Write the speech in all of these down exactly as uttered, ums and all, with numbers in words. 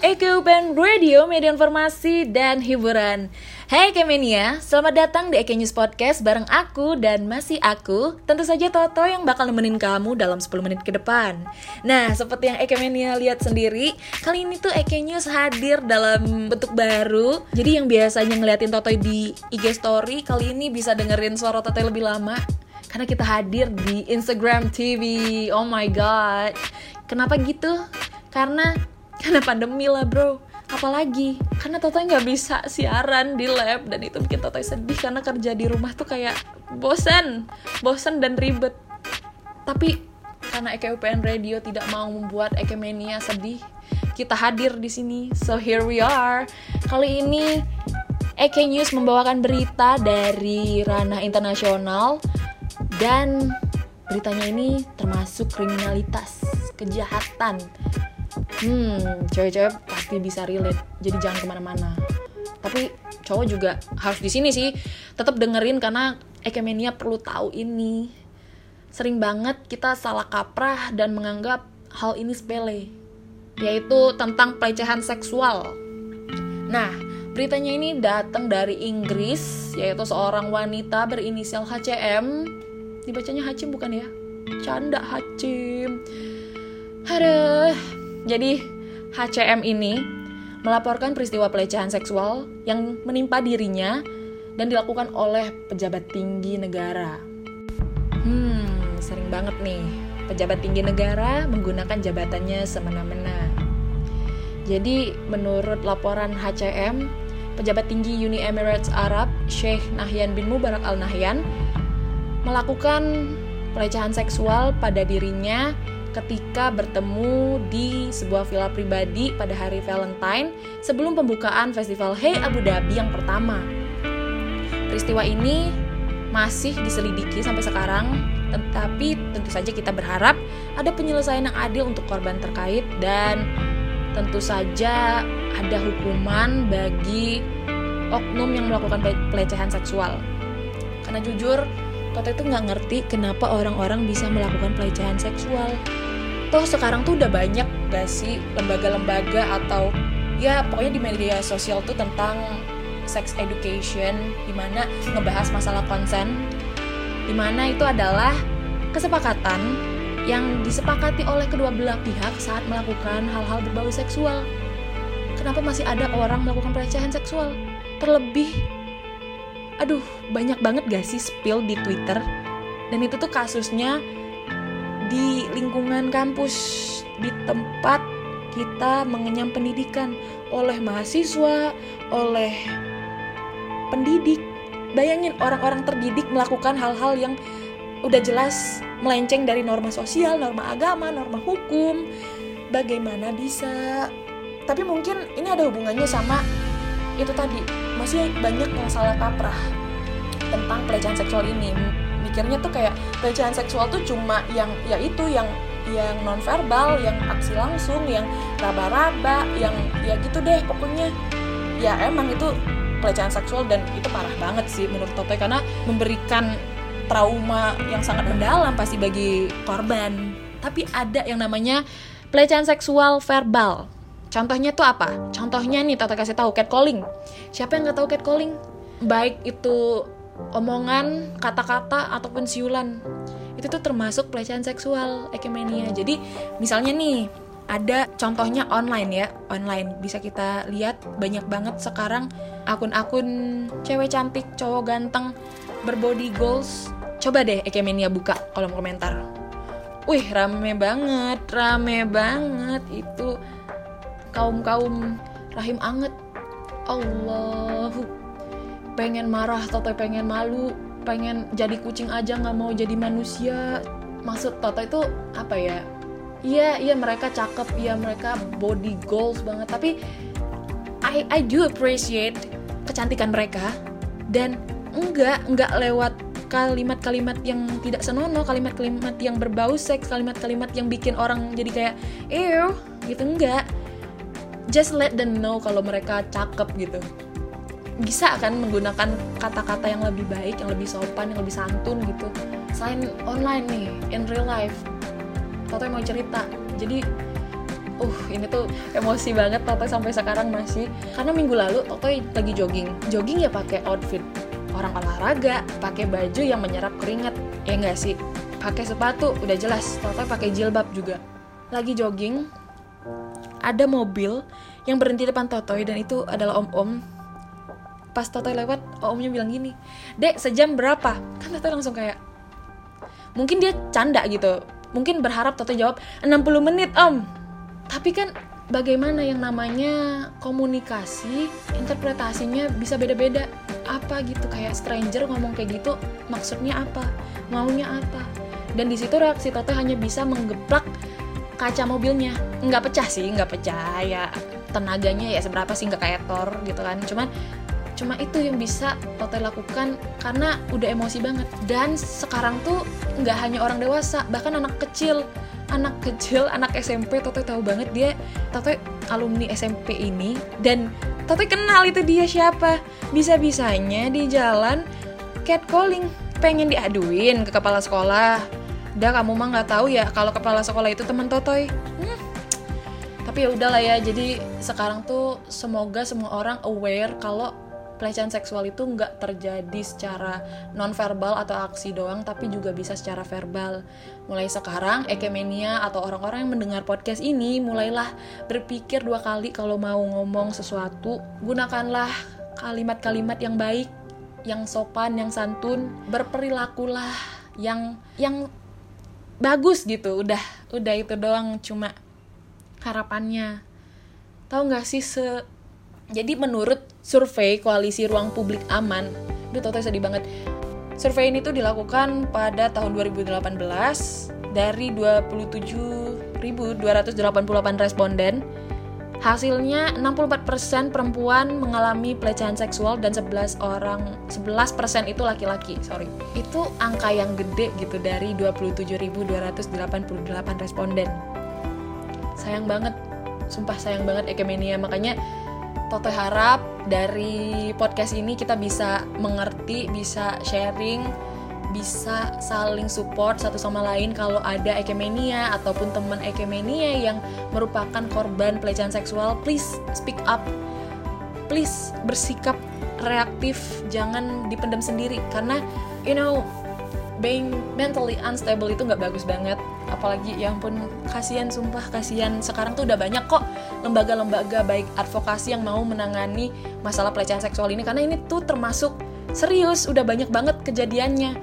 Ekupen Radio, media informasi dan hiburan. Hai Kemenia, selamat datang di Eke News Podcast bareng aku dan masih aku, tentu saja Toto yang bakal nemenin kamu dalam sepuluh menit ke depan. Nah, seperti yang Ekemenia lihat sendiri, kali ini tuh Eke News hadir dalam bentuk baru. Jadi yang biasanya ngeliatin Toto di I G Story, kali ini bisa dengerin suara Toto lebih lama karena kita hadir di Instagram T V. Oh my god. Kenapa gitu? Karena Karena pandemi lah bro. Apalagi karena Totoy gak bisa siaran di lab. Dan itu bikin Totoy sedih karena kerja di rumah tuh kayak bosan Bosan dan ribet. Tapi karena Ekupen Radio tidak mau membuat Ekemenia sedih, kita hadir di sini. So here we are. Kali ini Eke News membawakan berita dari ranah internasional. Dan beritanya ini termasuk kriminalitas, kejahatan. Hmm, cewek-cewek pasti bisa relate, jadi jangan kemana-mana. Tapi cowok juga harus di sini sih, tetap dengerin karena Ekemenia perlu tahu ini. Sering banget kita salah kaprah dan menganggap hal ini sepele, yaitu tentang pelecehan seksual. Nah, beritanya ini datang dari Inggris, yaitu seorang wanita berinisial H C M. Dibacanya Hacim bukan ya? Canda Hacim. Aduh. Jadi H C M ini melaporkan peristiwa pelecehan seksual yang menimpa dirinya dan dilakukan oleh pejabat tinggi negara. Hmm, sering banget nih pejabat tinggi negara menggunakan jabatannya semena-mena. Jadi menurut laporan H C M, pejabat tinggi Uni Emirates Arab, Sheikh Nahyan bin Mubarak Al Nahyan, melakukan pelecehan seksual pada dirinya ketika bertemu di sebuah villa pribadi pada hari Valentine sebelum pembukaan festival Hey Abu Dhabi yang pertama. Peristiwa ini masih diselidiki sampai sekarang, tetapi tentu saja kita berharap ada penyelesaian yang adil untuk korban terkait dan tentu saja ada hukuman bagi oknum yang melakukan pelecehan seksual. Karena jujur, Toto itu nggak ngerti kenapa orang-orang bisa melakukan pelecehan seksual. Toh sekarang tuh udah banyak gak sih lembaga-lembaga atau ya pokoknya di media sosial tuh tentang sex education, dimana ngebahas masalah konsen, dimana itu adalah kesepakatan yang disepakati oleh kedua belah pihak saat melakukan hal-hal berbau seksual. Kenapa masih ada orang melakukan pelecehan seksual? Terlebih, aduh banyak banget gak sih spill di Twitter, dan itu tuh kasusnya di lingkungan kampus, di tempat kita mengenyam pendidikan oleh mahasiswa, oleh pendidik. Bayangin orang-orang terdidik melakukan hal-hal yang udah jelas melenceng dari norma sosial, norma agama, norma hukum. Bagaimana bisa? Tapi mungkin ini ada hubungannya sama itu tadi, masih banyak yang salah kaprah tentang pelecehan seksual ini. Mikirnya tuh kayak pelecehan seksual tuh cuma yang ya itu yang yang nonverbal, yang aksi langsung, yang raba-raba, yang ya gitu deh pokoknya. Ya emang itu pelecehan seksual dan itu parah banget sih menurut Toto karena memberikan trauma yang sangat mendalam pasti bagi korban. Tapi ada yang namanya pelecehan seksual verbal. Contohnya tuh apa? Contohnya nih Toto kasih tahu, catcalling. Siapa yang nggak tahu catcalling? Baik itu omongan, kata-kata, ataupun siulan, itu tuh termasuk pelecehan seksual, Ekemenia. Jadi misalnya nih ada contohnya online ya, online bisa kita lihat banyak banget sekarang akun-akun cewek cantik, cowok ganteng, berbody goals. Coba deh Ekemenia buka kolom komentar. Wih rame banget, rame banget itu kaum-kaum rahim anget. Allahu, pengen marah, Toto pengen malu, pengen jadi kucing aja nggak mau jadi manusia. Maksud Toto itu apa ya? Iya, iya mereka cakep, iya mereka body goals banget. Tapi I I do appreciate kecantikan mereka dan enggak enggak lewat kalimat-kalimat yang tidak senonoh, kalimat-kalimat yang berbau seks, kalimat-kalimat yang bikin orang jadi kayak ew gitu, enggak. Just let them know kalau mereka cakep gitu. Bisa kan menggunakan kata-kata yang lebih baik, yang lebih sopan, yang lebih santun gitu. Selain online nih, in real life, Toto mau cerita. Jadi Uh, ini tuh emosi banget Totoy sampai sekarang masih. Karena minggu lalu Totoy lagi jogging. Jogging ya pakai outfit orang olahraga, pakai baju yang menyerap keringat. Ya enggak sih? Pakai sepatu, udah jelas. Totoy pakai jilbab juga. Lagi jogging, ada mobil yang berhenti depan Totoy dan itu adalah om-om. Pas Totoy lewat, omnya bilang gini, "Dek, sejam berapa?" Kan Totoy langsung kayak, mungkin dia canda gitu. Mungkin berharap Totoy jawab, enam puluh menit om. Tapi kan bagaimana yang namanya komunikasi, interpretasinya bisa beda-beda. Apa gitu, kayak stranger ngomong kayak gitu, maksudnya apa? Maunya apa? Dan di situ reaksi Totoy hanya bisa menggeplak kaca mobilnya. Nggak pecah sih, nggak pecah. Ya tenaganya ya seberapa sih, nggak kayak Thor gitu kan. Cuman Cuma itu yang bisa Totoy lakukan karena udah emosi banget. Dan sekarang tuh nggak hanya orang dewasa, bahkan anak kecil. Anak kecil, anak S M P, Totoy tahu banget dia, Totoy alumni S M P ini. Dan Totoy kenal itu dia siapa. Bisa-bisanya di jalan catcalling, pengen diaduin ke kepala sekolah. Dah kamu mah nggak tahu ya kalau kepala sekolah itu teman Totoy. Hmm. Tapi ya udahlah ya, jadi sekarang tuh semoga semua orang aware kalau pelecehan seksual itu nggak terjadi secara non-verbal atau aksi doang, tapi juga bisa secara verbal. Mulai sekarang, Ekemania atau orang-orang yang mendengar podcast ini, mulailah berpikir dua kali kalau mau ngomong sesuatu. Gunakanlah kalimat-kalimat yang baik, yang sopan, yang santun. Berperilakulah yang yang bagus gitu. Udah, udah itu doang cuma harapannya. Tahu nggak sih se Jadi menurut survei Koalisi Ruang Publik Aman, itu Totoy sedih banget. Survei ini tuh dilakukan pada tahun dua ribu delapan belas dari dua puluh tujuh ribu dua ratus delapan puluh delapan responden. Hasilnya enam puluh empat persen perempuan mengalami pelecehan seksual dan sebelas orang sebelas persen itu laki-laki. Sorry. Itu angka yang gede gitu dari dua puluh tujuh ribu dua ratus delapan puluh delapan responden. Sayang banget. Sumpah sayang banget Ekemania. Makanya Totoy harap dari podcast ini kita bisa mengerti, bisa sharing, bisa saling support satu sama lain kalau ada Ekemania ataupun teman Ekemania yang merupakan korban pelecehan seksual. Please speak up, please bersikap reaktif, jangan dipendam sendiri. Karena you know, being mentally unstable itu gak bagus banget. Apalagi ya ampun, kasihan, sumpah kasihan. Sekarang tuh udah banyak kok lembaga-lembaga baik advokasi yang mau menangani masalah pelecehan seksual ini, karena ini tuh termasuk serius, udah banyak banget kejadiannya.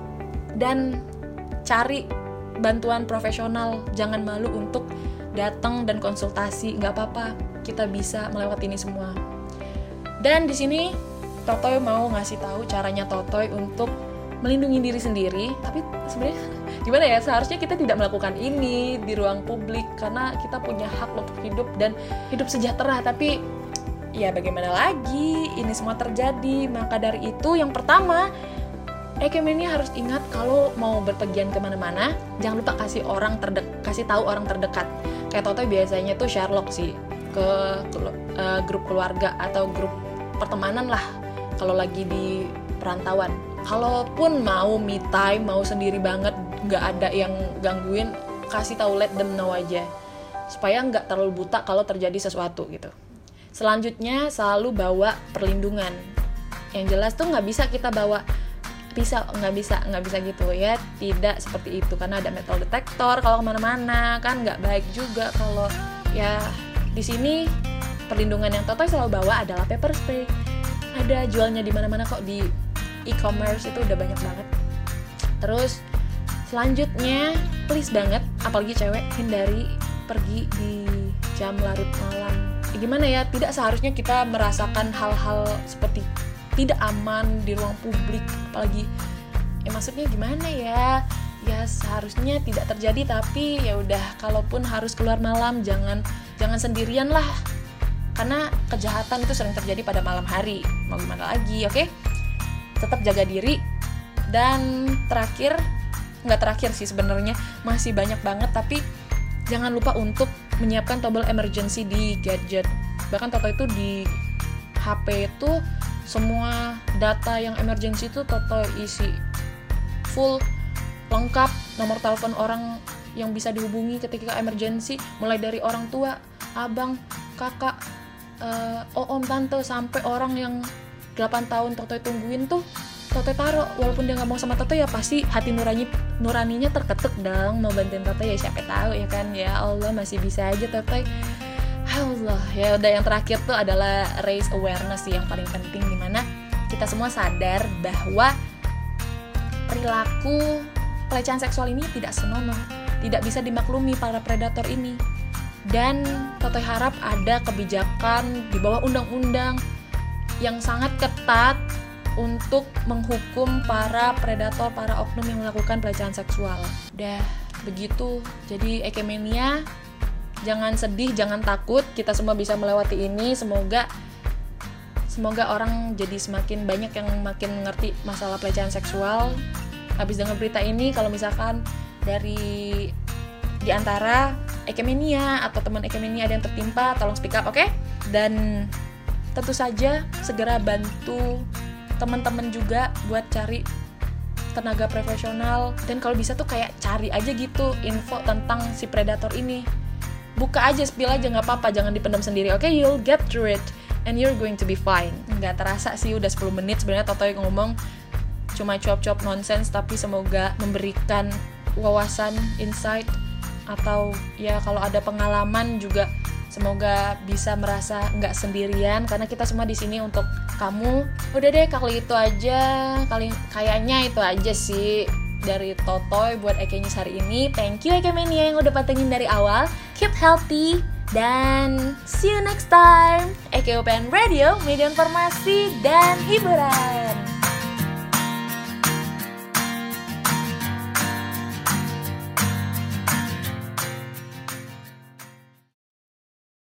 Dan cari bantuan profesional, jangan malu untuk datang dan konsultasi, nggak apa-apa, kita bisa melewati ini semua. Dan di sini Totoy mau ngasih tahu caranya Totoy untuk melindungi diri sendiri. Tapi sebenarnya gimana ya, seharusnya kita tidak melakukan ini di ruang publik karena kita punya hak untuk hidup dan hidup sejahtera. Tapi ya bagaimana lagi, ini semua terjadi. Maka dari itu yang pertama, Ekemania harus ingat kalau mau berpergian kemana-mana, jangan lupa kasih orang terdek kasih tahu orang terdekat. Kayak Totoy biasanya tuh Sherlock sih ke uh, grup keluarga atau grup pertemanan lah kalau lagi di perantauan. Kalaupun mau me time, mau sendiri banget, nggak ada yang gangguin, kasih tahu, let them know aja, supaya nggak terlalu buta kalau terjadi sesuatu gitu. Selanjutnya selalu bawa perlindungan. Yang jelas tuh nggak bisa kita bawa pisau, nggak bisa, nggak bisa gitu ya, tidak seperti itu karena ada metal detector kalau kemana-mana, kan nggak baik juga. Kalau ya di sini perlindungan yang Totoy selalu bawa adalah pepper spray. Ada jualnya di mana-mana kok, di e-commerce itu udah banyak banget. Terus selanjutnya please banget, apalagi cewek, hindari pergi di jam larut malam. Ya, gimana ya, tidak seharusnya kita merasakan hal-hal seperti tidak aman di ruang publik, apalagi ya maksudnya gimana ya, ya seharusnya tidak terjadi. Tapi ya udah, kalaupun harus keluar malam, jangan jangan sendirian lah, karena kejahatan itu sering terjadi pada malam hari. Mau gimana lagi, oke? Okay? Tetap jaga diri. Dan terakhir, nggak terakhir sih sebenarnya, masih banyak banget, tapi jangan lupa untuk menyiapkan tombol emergency di gadget. Bahkan Totoy itu di H P itu semua data yang emergency itu Totoy isi full, lengkap, nomor telepon orang yang bisa dihubungi ketika emergency, mulai dari orang tua, abang, kakak, uh, om, tante, sampai orang yang delapan tahun Totoy tungguin tuh Totoy taruh. Walaupun dia nggak mau sama Totoy, ya pasti hati nurani nuraninya terketuk dong mau bantuin Totoy. Ya siapa tahu ya kan, ya Allah masih bisa aja Totoy. Allah, ya udah, yang terakhir tuh adalah raise awareness sih, yang paling penting, dimana kita semua sadar bahwa perilaku pelecehan seksual ini tidak senonoh, tidak bisa dimaklumi para predator ini. Dan Totoy harap ada kebijakan di bawah undang-undang yang sangat ketat untuk menghukum para predator, para oknum yang melakukan pelecehan seksual. Udah begitu. Jadi Ekemania, jangan sedih, jangan takut, kita semua bisa melewati ini. Semoga semoga orang jadi semakin banyak yang makin mengerti masalah pelecehan seksual. Habis dengar berita ini, kalau misalkan dari di antara Ekemania atau teman Ekemania ada yang tertimpa, tolong speak up, oke? Okay? Dan tentu saja segera bantu teman-teman juga buat cari tenaga profesional, dan kalau bisa tuh kayak cari aja gitu info tentang si predator ini. Buka aja, spill aja, nggak apa-apa, jangan dipendam sendiri, oke? Okay? You'll get through it and you're going to be fine. Nggak terasa sih udah sepuluh menit sebenarnya Totoy ngomong cuma cuap-cuap nonsense, tapi semoga memberikan wawasan, insight, atau ya kalau ada pengalaman juga semoga bisa merasa nggak sendirian, karena kita semua di sini untuk kamu. Udah deh, kali itu aja, kali kayaknya itu aja sih dari Totoy buat Eke News hari ini. Thank you Ekemania yang udah pantengin dari awal. Keep healthy dan see you next time. Eke Open Radio, media informasi dan hiburan.